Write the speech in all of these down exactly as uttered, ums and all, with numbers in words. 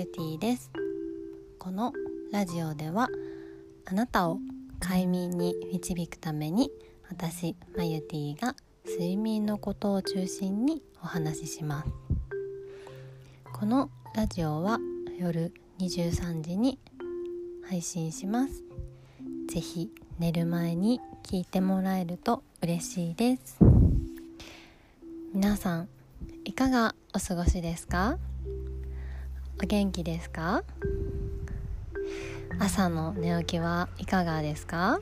ティです。このラジオではあなたを快眠に導くために私マユティが睡眠のことを中心にお話しします。このラジオは夜にじゅうさんじに配信します。ぜひ寝る前に聞いてもらえると嬉しいです。皆さんいかがお過ごしですか？お元気ですか？朝の寝起きはいかがですか？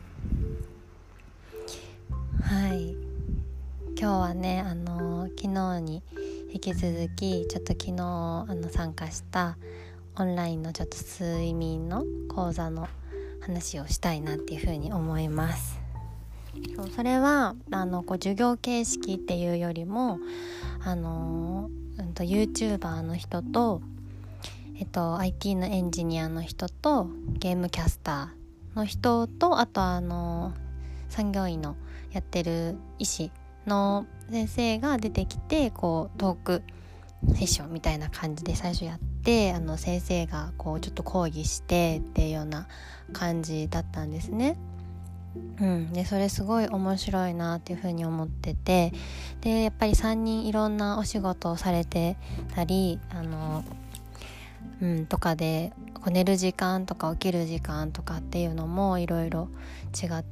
はい、今日はねあの昨日に引き続きちょっと昨日あの参加したオンラインのちょっと睡眠の講座の話をしたいなっていうふうに思います。そうそれはあのこう授業形式っていうよりもあの、うんと、YouTuber の人と、えっと、アイティー のエンジニアの人とゲームキャスターの人とあとあの産業医のやってる医師の先生が出てきてこうトークセッションみたいな感じで最初やってあの先生がこうちょっと講義してっていうような感じだったんですね。うん、でそれすごい面白いなっていう風に思ってて、でやっぱりさんにんいろんなお仕事をされてたりあの、うん、とかでこう寝る時間とか起きる時間とかっていうのもいろいろ違って、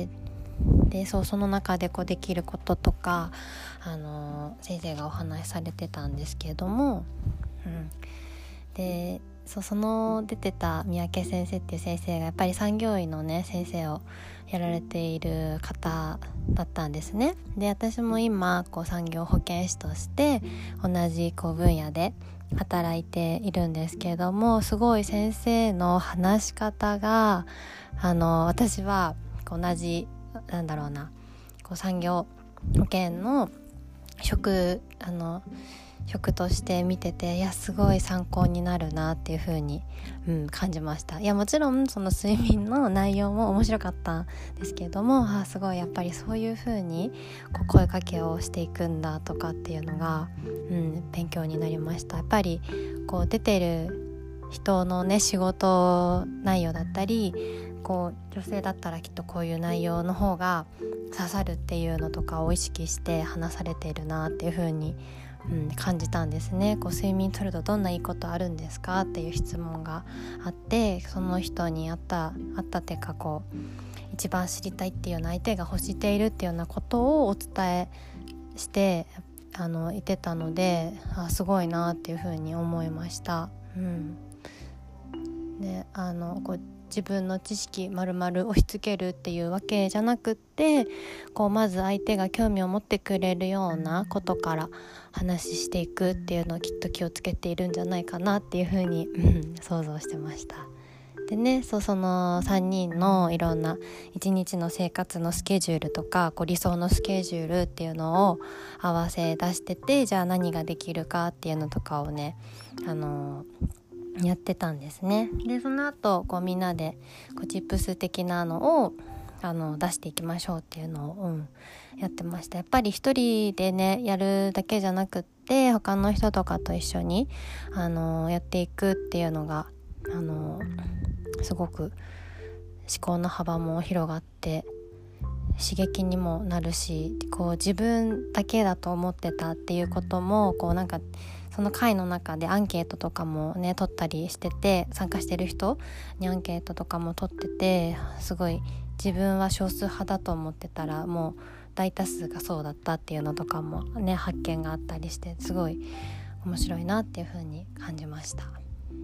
でそうその中でこうできることとかあの先生がお話しされてたんですけれども、うん、でそうその出てた三宅先生っていう先生がやっぱり産業医のね先生をやられている方だったんですね。で私も今こう産業保健師として同じこう分野で働いているんですけれども、すごい先生の話し方があの私は同じなんだろうなこう産業保険の職あの職として見てていやすごい参考になるなっていう風に、うん、感じました。いやもちろんその睡眠の内容も面白かったんですけれども、あすごいやっぱりそういう風にこう声かけをしていくんだとかっていうのが、うん、勉強になりました。やっぱりこう出てる人のね仕事内容だったりこう女性だったらきっとこういう内容の方が刺さるっていうのとかを意識して話されているなっていう風にうん、感じたんですね。こう睡眠とるとどんないいことあるんですかっていう質問があって、その人にあったあったっていうかこう一番知りたいっていうような相手が欲しているっていうようなことをお伝えしてあの言ってたので、あすごいなっていうふうに思いました。うん、であのこう自分の知識丸々押し付けるっていうわけじゃなくってこうまず相手が興味を持ってくれるようなことから話していくっていうのをきっと気をつけているんじゃないかなっていうふうに、うん、想像してました。でねそうそのさんにんのいろんないちにちの生活のスケジュールとかこう理想のスケジュールっていうのを合わせ出してて、じゃあ何ができるかっていうのとかをねあのやってたんですね。でその後こうみんなでこうチップス的なのをあの出していきましょうっていうのを、うん、やってました。やっぱり一人でねやるだけじゃなくって他の人とかと一緒にあのやっていくっていうのがあのすごく思考の幅も広がって刺激にもなるし、こう自分だけだと思ってたっていうこともこうなんかその会の中でアンケートとかもね取ったりしてて、参加してる人にアンケートとかも取ってて、すごい自分は少数派だと思ってたらもう大多数がそうだったっていうのとかもね発見があったりして、すごい面白いなっていう風に感じました。うん、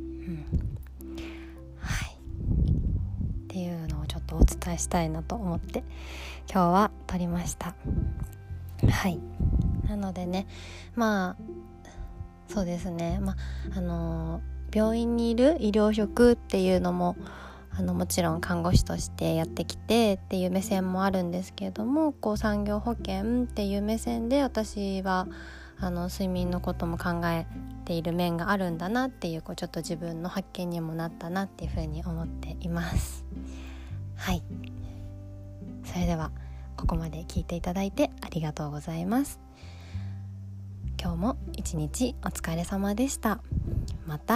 はいっていうのをちょっとお伝えしたいなと思って今日は撮りました。はいなのでねまあそうですね、まああの病院にいる医療職っていうのもあのもちろん看護師としてやってきてっていう目線もあるんですけれども、こう産業保険っていう目線で私はあの睡眠のことも考えている面があるんだなっていう、こうちょっと自分の発見にもなったなっていうふうに思っています。はいそれではここまで聞いていただいてありがとうございます。今日も一日お疲れ様でした。また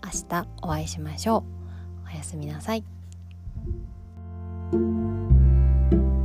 明日お会いしましょう。おやすみなさい。